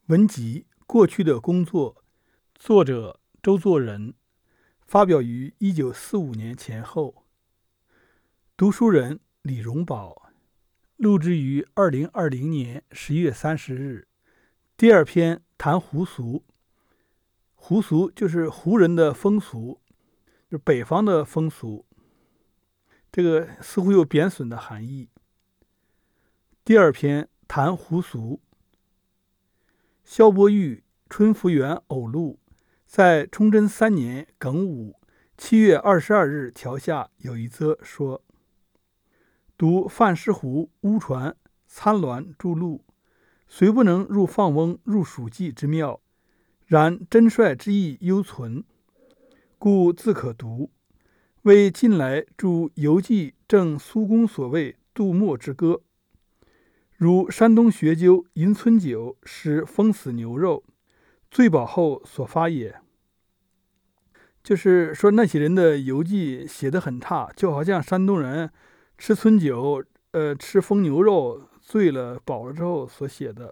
文集过去的工作，作者周作人，发表于1945年前后。读书人李荣宝，录制于2020年11月30日。第二篇谈胡俗。胡俗就是胡人的风俗，就是北方的风俗，这个似乎有贬损的含义。第二篇谈胡俗。萧伯玉《春福园偶录》在崇祯3年庚午7月22日条下有一则说：读范师湖乌船参鸾著录，虽不能入放翁入蜀记之妙，然真率之意犹存，故自可读。为近来著游记正苏公所谓杜牧之歌，如山东学究银村酒使封死牛肉，醉饱后所发也。就是说那些人的游记写得很差，就好像山东人吃村酒，吃疯牛肉，醉了饱了之后所写的。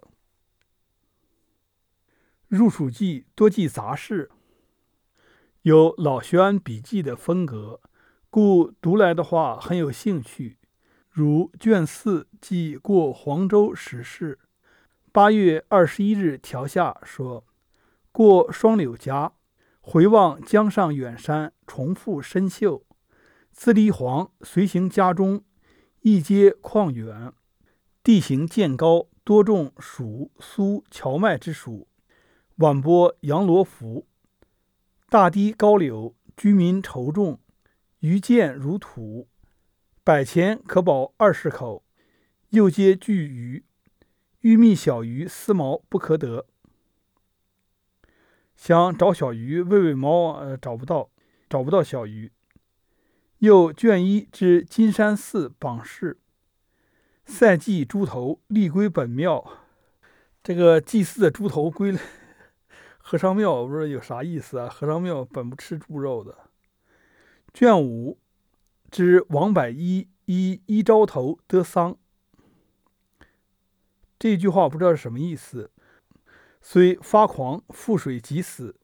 入蜀记多记杂事，有老学庵笔记的风格，故读来的话很有兴趣。如卷4记过黄州时事，8月21日条下说：过双柳夹，回望江上远山，重复深秀。自离黄随行家中，一街旷远，地形渐高，多种蜀苏荞麦之属，晚播杨罗浮。大堤高柳，居民稠众，鱼见如土，百钱可饱20口，又皆巨鱼，欲觅小鱼丝毛不可得。想找小鱼喂喂猫，找不到小鱼。又卷1之金山寺榜事，赛祭猪头立归本庙。这个祭祀的猪头归了和尚庙，我不知道有啥意思啊？和尚庙本不吃猪肉的。卷5之王百一朝头得丧，这句话不知道是什么意思。虽发狂覆水即死，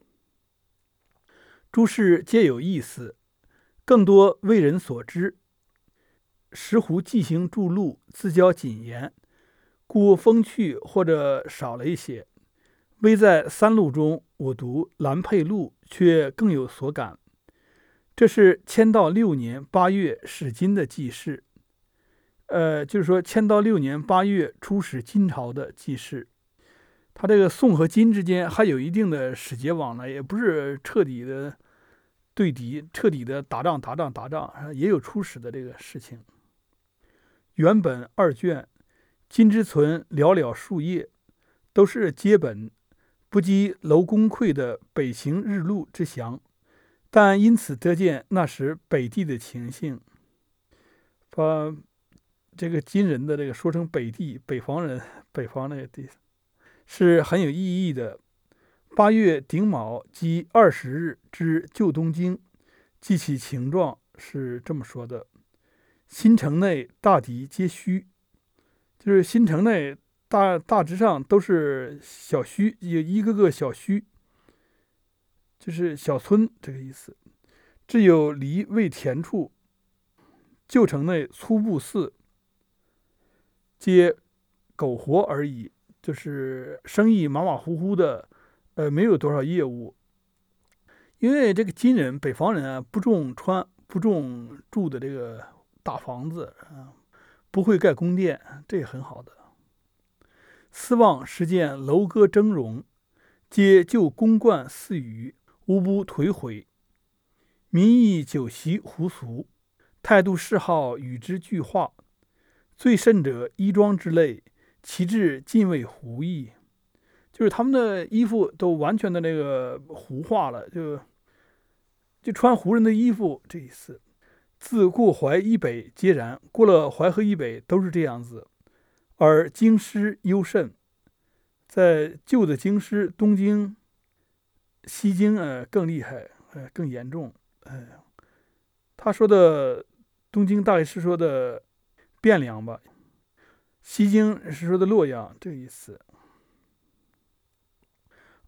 诸事皆有意思，更多为人所知。石湖记行著录自交谨严，故风趣或者少了一些。唯在3录中，我读蓝佩录却更有所感。这是乾道6年8月始金的记事，就是说乾道6年8月出使金朝的记事。他这个宋和金之间还有一定的使节往来，也不是彻底的对敌，彻底的打仗，也有出使的这个事情。原本2卷，今之存寥寥数页，都是接本，不及娄公馈的《北行日录》之详，但因此得见那时北地的情形。把这个金人的这个说成北地，北方人，北方那个地是很有意义的。8月丁卯即20日之旧东京，记起情状是这么说的：新城内大抵皆虚，就是新城内大致上都是小墟，有一个个小墟，就是小村这个意思。只有离未田处，旧城内粗布寺，皆苟活而已，就是生意马马虎虎的，没有多少业务。因为这个金人北方人啊，不重住的这个大房子，不会盖宫殿，这也很好的。思望实见楼阁峥嵘，皆旧宫观寺宇，无不颓毁。民意酒席胡俗，态度嗜好与之俱化。最甚者衣装之类，其质尽为胡意，就是他们的衣服都完全的那个胡化了，就穿胡人的衣服，这意思。自过淮以北皆然，过了淮河以北都是这样子。而京师尤甚，在旧的京师东京、西京更厉害，更严重。他说的东京大概是说的汴梁吧，西京是说的洛阳，这个意思。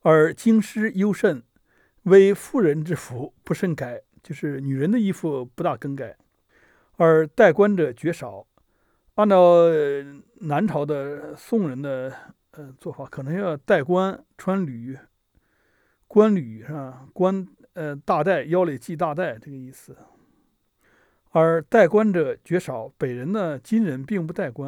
而经师优甚，为妇人之服，不甚改，就是女人的衣服不大更改。而戴冠者绝少。按照南朝的宋人的做法，可能要戴冠、穿履、冠履是吧？大带，腰里系大带，这个意思。而戴冠者绝少，北人呢，今人并不戴冠。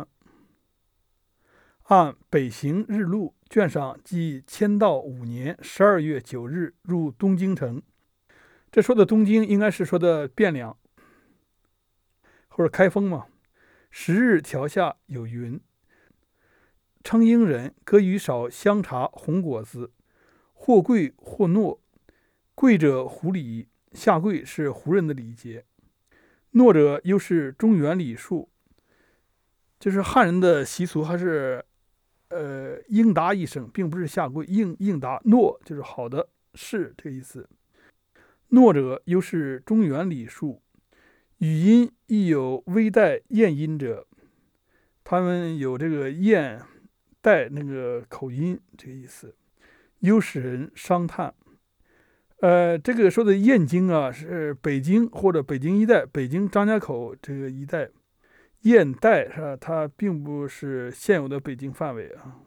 按《北行日录》卷上记迁道5年12月9日入东京城。这说的东京应该是说的汴梁或者开封嘛。10日条下有云：称英人割与少香茶红果子，或贵或诺。贵者胡礼，下跪是胡人的礼节。诺者又是中原礼数，就是汉人的习俗还是应答一声，并不是下跪，应答。诺就是好的，是这个意思。诺者又是中原礼数，语音亦有微带咽音者，他们有这个咽带那个口音，这个意思。又使人伤叹。这个说的燕京啊，是北京或者北京一带，北京张家口这个一带。燕带是吧？它并不是现有的北京范围啊。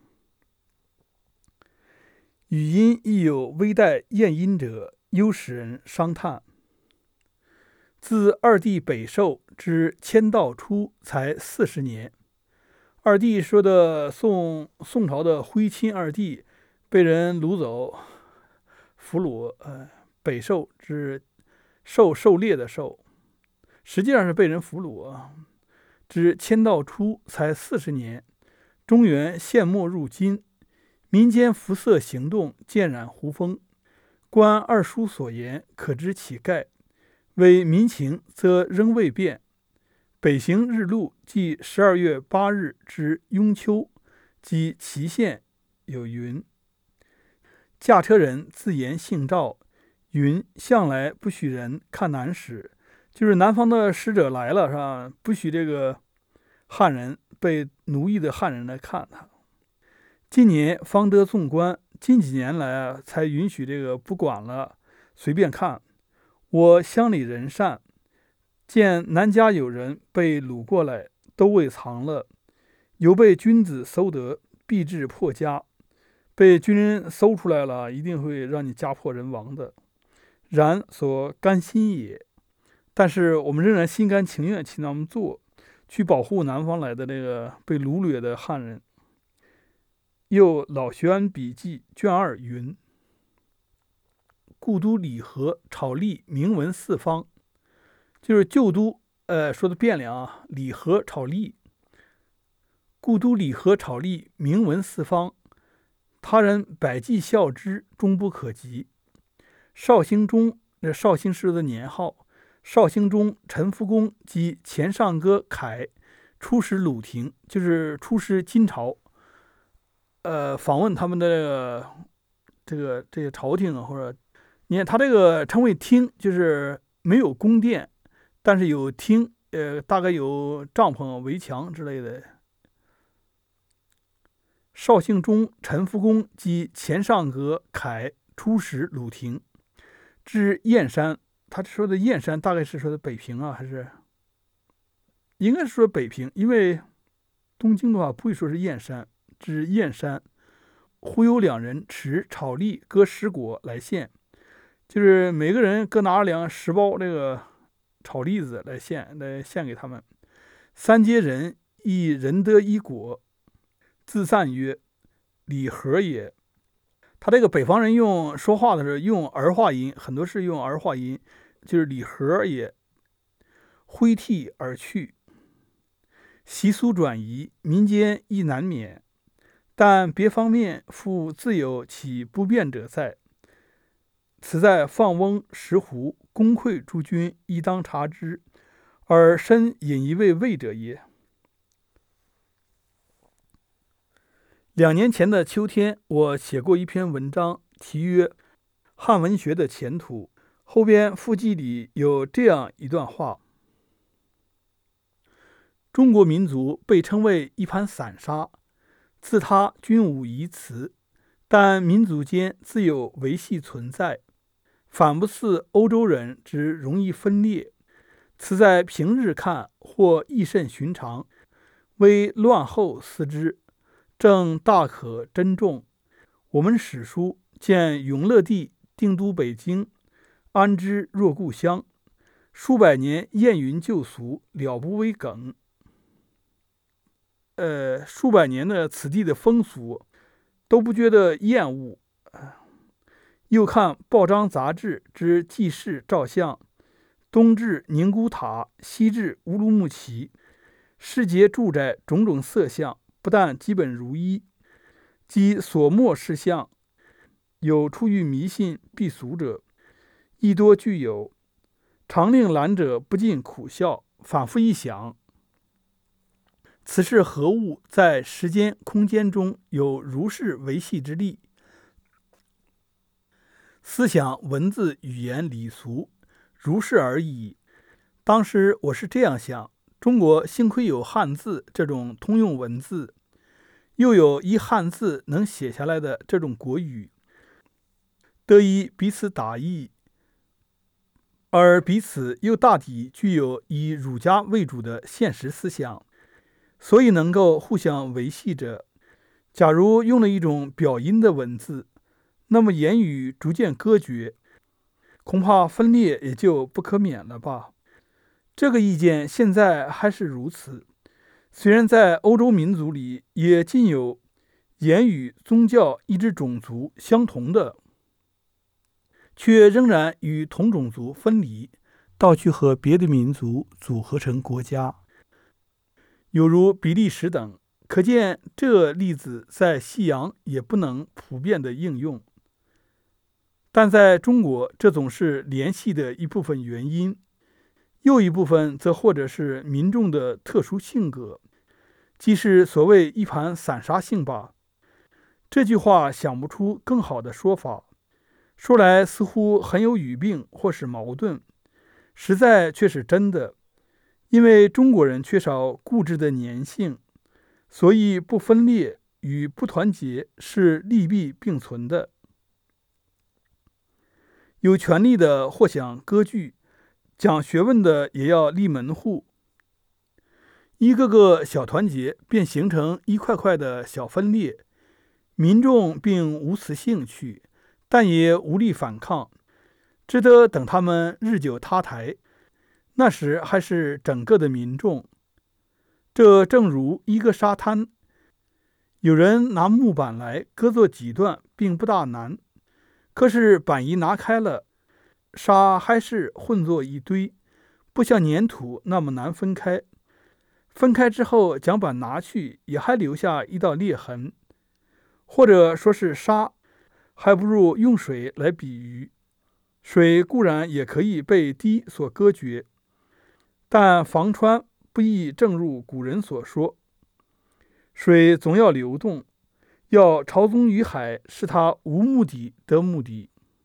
语音亦有微带咽音者，又使人伤叹。自二帝北狩至迁道初，才40年。二帝说的宋朝的徽钦二帝被人掳走。俘虏，北狩之狩猎的狩，实际上是被人俘虏啊。至迁道初才40年，中原陷没入金，民间服色行动渐染胡风。观二书所言，可知其概。为民情，则仍未变。北行日录记12月8日之雍丘及祁县有云：驾车人自言姓赵，云向来不许人看南使，就是南方的使者来了是吧？不许这个汉人被奴役的汉人来看他。今年方得纵观，近几年来啊，才允许这个不管了，随便看。我乡里人善，见南家有人被掳过来，都未藏了，有被君子搜得，必致破家。被军人搜出来了，一定会让你家破人亡的。然所甘心也。但是我们仍然心甘情愿去那么做，去保护南方来的这个被掳掠的汉人。又老学庵笔记卷2云：故都里河草隶铭文四方，就是旧都说的汴梁啊，里河草隶。故都里河草隶铭文四方，他人百计效之，终不可及。绍兴中，绍兴市的年号，绍兴中陈福公及前上歌凯出使鲁庭，就是出使金朝，访问他们的这些朝廷啊，或者你看他这个称为厅，就是没有宫殿，但是有厅，大概有帐篷、围墙之类的。绍兴中陈福公及前上阁凯出使鲁庭，至燕山。他说的燕山大概是说的北平啊，还是应该是说北平，因为东京的话不会说是燕山。至燕山，忽有2人持草栗各10果来献，就是每个人各拿了10包这个草栗子来献给他们。3阶人一人得1果，自赞曰：礼盒也。他这个北方人用说话的时候用儿化音，很多是用儿化音，就是礼盒也。挥涕而去。习俗转移，民间亦难免，但别方面复自有其不便者在。此在放翁石湖公馈诸君，亦当察之，而身引一位魏者也。2年前的秋天，我写过一篇文章，题曰《汉文学的前途》，后边附记里有这样一段话：中国民族被称为一盘散沙，自他均无一词， 但民族间自有维系存在，反不似欧洲人之容易分裂。此在平日看或亦甚寻常，为乱后思之，正大可珍重。我们史书见永乐帝定都北京，安之若故乡，数百年燕云旧俗，了不为梗。数百年的此地的风俗都不觉得厌恶。又看报章杂志之记事照相，东至宁古塔，西至乌鲁木齐，世界住宅种种色相，不但基本如一，即所墨事项，有出于迷信避俗者，亦多具有，常令览者不禁苦笑，反复一想，此是何物在时间空间中有如是维系之力？思想文字语言礼俗如是而已。当时我是这样想，中国幸亏有汉字这种通用文字，又有一汉字能写下来的这种国语，得以彼此达意，而彼此又大抵具有以儒家为主的现实思想，所以能够互相维系着。假如用了一种表音的文字，那么言语逐渐隔绝，恐怕分裂也就不可免了吧。这个意见现在还是如此，虽然在欧洲民族里也尽有言语、宗教以至种族相同的，却仍然与同种族分离，倒去和别的民族组合成国家，有如比利时等。可见这例子在西洋也不能普遍的应用，但在中国这总是联系的一部分原因，又一部分则或者是民众的特殊性格，即是所谓一盘散沙性吧。这句话想不出更好的说法，说来似乎很有语病或是矛盾，实在却是真的。因为中国人缺少固执的粘性，所以不分裂与不团结是利弊并存的。有权力的或想割据，讲学问的也要立门户，一个个小团结便形成一块块的小分裂，民众并无此兴趣，但也无力反抗，只得等他们日久他台，那时还是整个的民众。这正如一个沙滩，有人拿木板来割作几段并不大难，可是板一拿开了，沙还是混作一堆，不像粘土那么难分开。分开之后将板拿去，也还留下一道裂痕，或者说是沙，还不如用水来比喻。水固然也可以被滴所隔绝，但防川不亦正如古人所说，水总要流动，要潮宗于海，使它无目的得目的。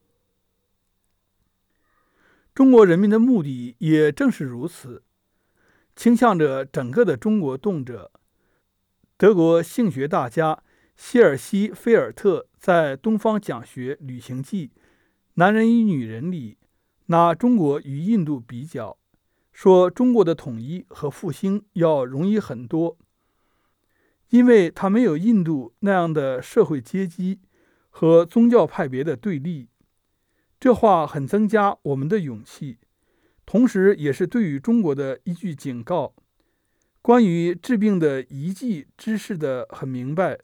中国人民的目的也正是如此，倾向着整个的中国动者。德国性学大家希尔西菲尔特在《东方讲学旅行记：男人与女人》里，拿中国与印度比较，说中国的统一和复兴要容易很多，因为它没有印度那样的社会阶级和宗教派别的对立。这话很增加我们的勇气，同时也是对于中国的一句警告。关于治病的遗迹知识的很明白。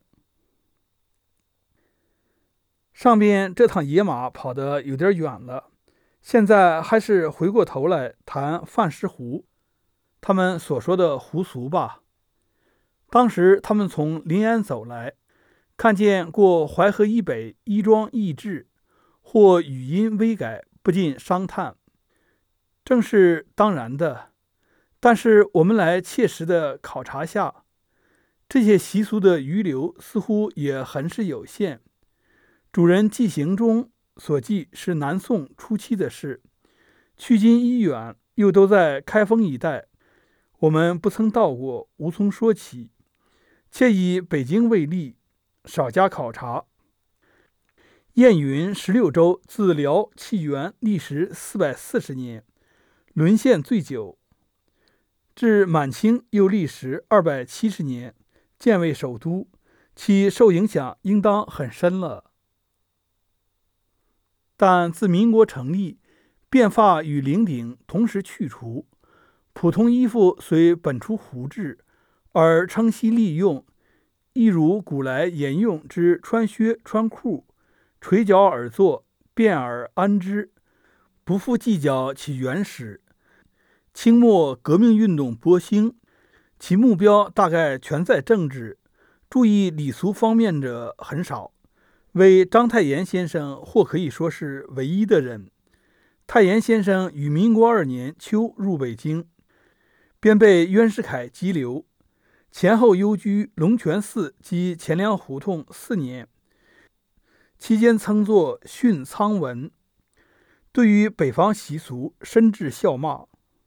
上边这趟野马跑得有点远了，现在还是回过头来谈范石湖他们所说的胡俗吧。当时他们从临安走来，看见过淮河以北衣装异质，或语音微改，不禁伤叹。正是当然的，但是我们来切实的考察下，这些习俗的余留似乎也很是有限。主人记行中所记是南宋初期的事，距今已远，又都在开封一带，我们不曾到过，无从说起。且以北京为例，少加考察。 燕云16州自辽起元历时440年，沦陷最久，至满清又历时270年，建为首都，其受影响应当很深了。但自民国成立，辫发与领顶同时去除，普通衣服虽本出胡制，而称其利用，亦如古来沿用之穿靴穿裤，垂脚而坐，辫而安之，不复计较其原始。清末革命运动勃兴，其目标大概全在政治，注意礼俗方面者很少。为章太炎先生或可以说是唯一的人。太炎先生于民国2年秋入北京，便被袁世凯羁留，前后幽居龙泉寺及钱粮胡同4年，期间曾作训苍文，对于北方习俗深致笑骂，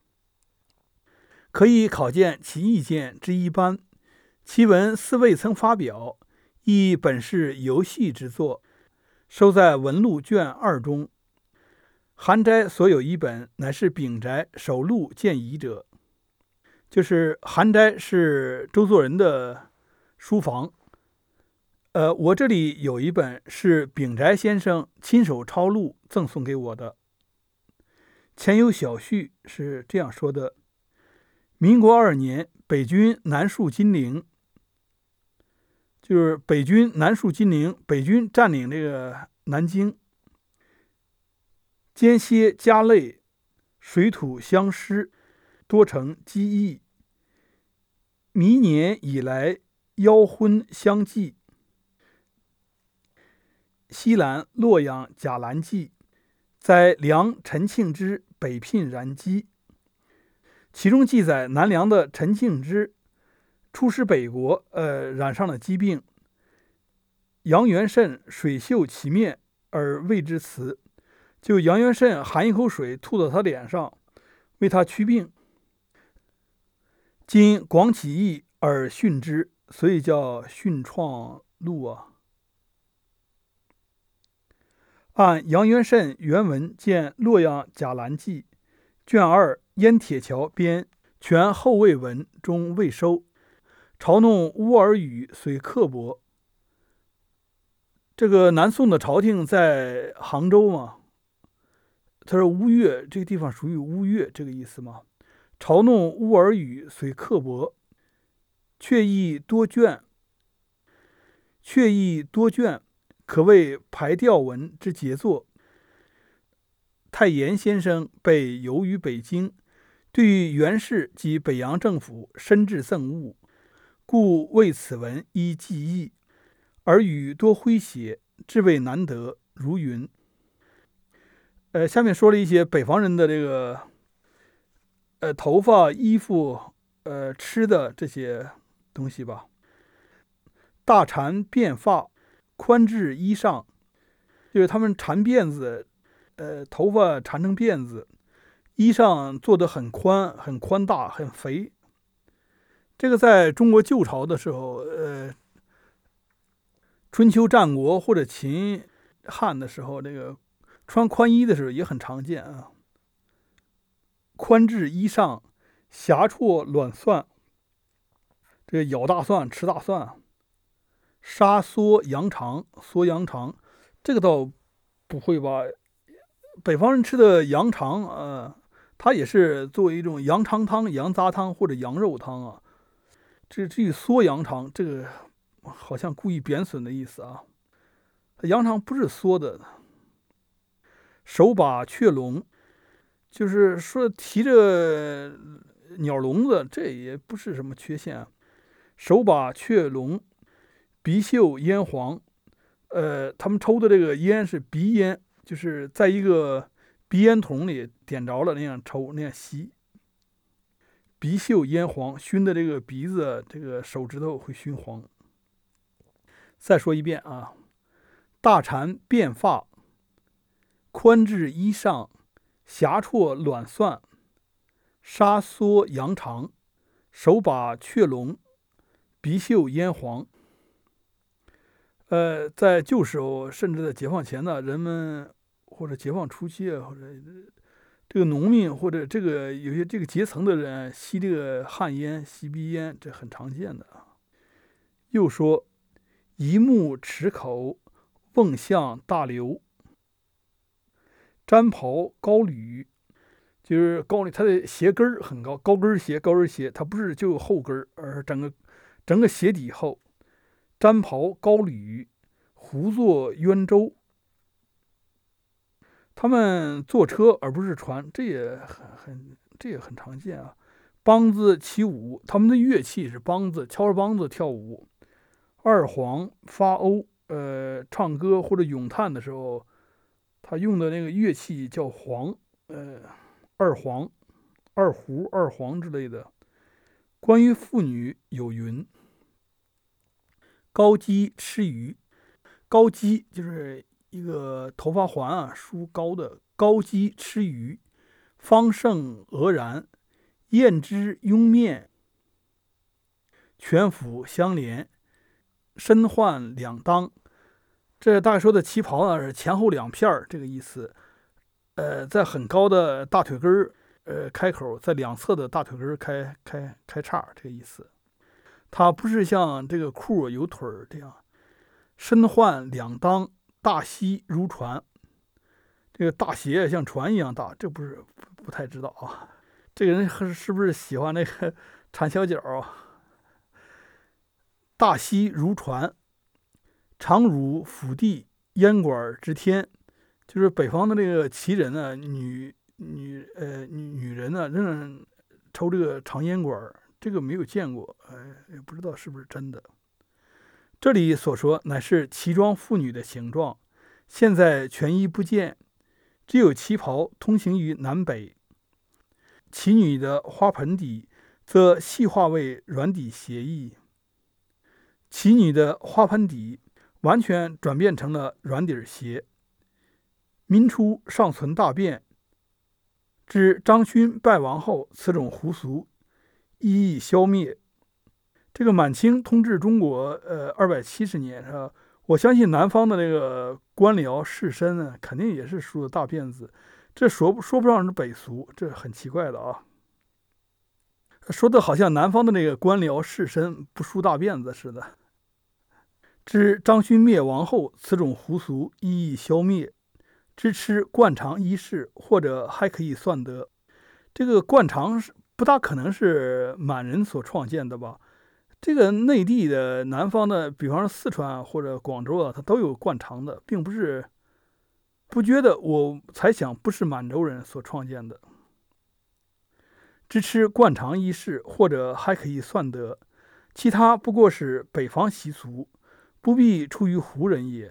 可以考见其意见之一般。其文似未曾发表，亦本是游戏之作，收在文录卷2中。韩斋所有一本，乃是秉斋首录见遗者。就是韩斋是周作人的书房，我这里有一本是秉斋先生亲手抄录赠送给我的。前有小序是这样说的：民国2年，北军南戍金陵，就是北军南戍金陵，北军占领这个南京，间歇家累，水土相失，多成积役。弥年以来，妖婚相继。西兰洛阳贾兰记，在梁陈庆之北聘然姬。其中记载南梁的陈庆之出使北国，染上了疾病，杨元慎水秀其面而为之辞，就杨元慎含一口水吐到他脸上，为他驱病。今广起义而训之，所以叫训创录啊。按杨元慎原文见洛阳贾兰记卷2燕铁桥编全后魏文中未收，嘲弄乌尔语虽刻薄。这个南宋的朝廷在杭州嘛，他说乌越这个地方属于乌越这个意思嘛，嘲弄乌尔语虽刻薄，却亦多卷，可谓排调文之杰作。太炎先生被游于北京，对于袁氏及北洋政府深致憎恶，故为此文依记忆，而语多诙谐，至为难得，如云。下面说了一些北方人的这个头发、衣服、吃的这些东西吧。大缠辫发，宽制衣裳，就是他们缠辫子，头发缠成辫子，衣裳做得很宽、很宽大、很肥。这个在中国旧朝的时候，春秋战国或者秦汉的时候，这个穿宽衣的时候也很常见啊。宽制衣裳，狭绰卵蒜，这个咬大蒜、吃大蒜。杀缩羊肠，缩羊肠，这个倒不会吧？北方人吃的羊肠，它也是作为一种羊肠汤、羊杂汤或者羊肉汤啊。至于缩羊肠，这个好像故意贬损的意思啊。羊肠不是缩的。手把雀笼，就是说提着鸟笼子，这也不是什么缺陷啊。手把雀笼，鼻嗅烟黄，他们抽的这个烟是鼻烟，就是在一个鼻烟筒里点着了那样抽，那样吸。鼻嗅烟黄，熏的这个鼻子，这个手指头会熏黄。再说一遍啊，大缠辫发，宽制衣裳，狭绰卵蒜，杀缩羊肠，手把雀笼，鼻嗅烟黄。 在旧时候，甚至在解放前呢，人们或者解放初期啊，或者这个农民或者有些这个阶层的人吸这个旱烟、吸鼻烟，这很常见的啊。又说一目齿口，瓮象大流，毡袍高履，就是高履，它的鞋跟儿很高，高跟鞋，它不是就有后跟儿，而是整个鞋底厚。毡袍高履，胡作渊舟。他们坐车而不是船，这也很常见啊。梆子起舞，他们的乐器是梆子，敲着梆子跳舞。二黄发欧，唱歌或者咏叹的时候，他用的那个乐器叫黄，二黄、二胡、二黄之类的。关于妇女有云：高髻吃鱼，高髻就是一个头发环啊，梳高的。高髻吃鱼，方盛俄然，燕之拥面，全府相连，身换两当。这大概说的旗袍呢是前后两片这个意思。在很高的大腿根儿，开口，在两侧的大腿根儿开叉，这个意思。它不是像这个裤有腿儿这样。身换两当，大膝如船。这个大鞋像船一样大，这不太知道啊。这个人是不是喜欢那个缠小脚啊？大膝如船，长如府地，烟管之天。就是北方的那个旗人呢，女人呢，仍然抽这个长烟管，这个没有见过，也不知道是不是真的。这里所说乃是旗装妇女的形状，现在全衣不见，只有旗袍通行于南北。旗女的花盆底，则细化为软底斜衣。旗女的花盆底完全转变成了软底鞋。民初尚存大变，至张勋败亡后，此种胡俗一一消灭。这个满清统治中国270年是吧？我相信南方的那个官僚士绅呢，肯定也是梳的大辫子，这说不上是北俗，这很奇怪的啊。说的好像南方的那个官僚士绅不梳大辫子似的。至张勋灭亡后，此种胡俗一一消灭。支持惯常衣饰，或者还可以算得。这个惯常不大可能是满人所创建的吧？这个内地的南方的，比方说四川或者广州啊，它都有惯常的，并不是不觉得，我猜想不是满洲人所创建的。支持惯常衣饰，或者还可以算得，其他不过是北方习俗，不必出于胡人也。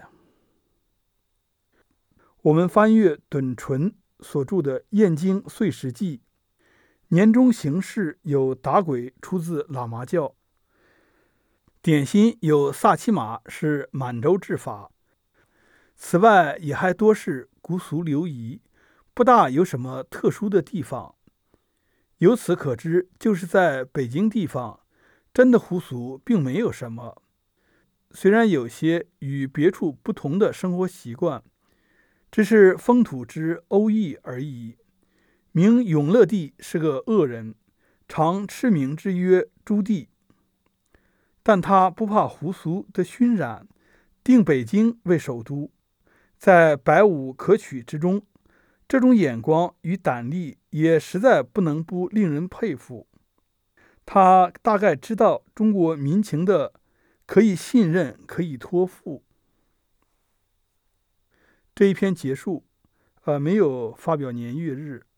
我们翻阅趸纯所著的《燕京岁时记》，年中行事有打鬼出自喇嘛教，点心有萨其马是满洲制法，此外也还多是古俗流仪，不大有什么特殊的地方。由此可知，就是在北京地方，真的胡俗并没有什么，虽然有些与别处不同的生活习惯，只是风土之欧异而已。名永乐帝是个恶人，常斥名之曰朱棣，但他不怕胡俗的熏染，定北京为首都，在百无可取之中，这种眼光与胆力也实在不能不令人佩服。他大概知道中国民情的可以信任，可以托付。这一篇结束，没有发表年月日。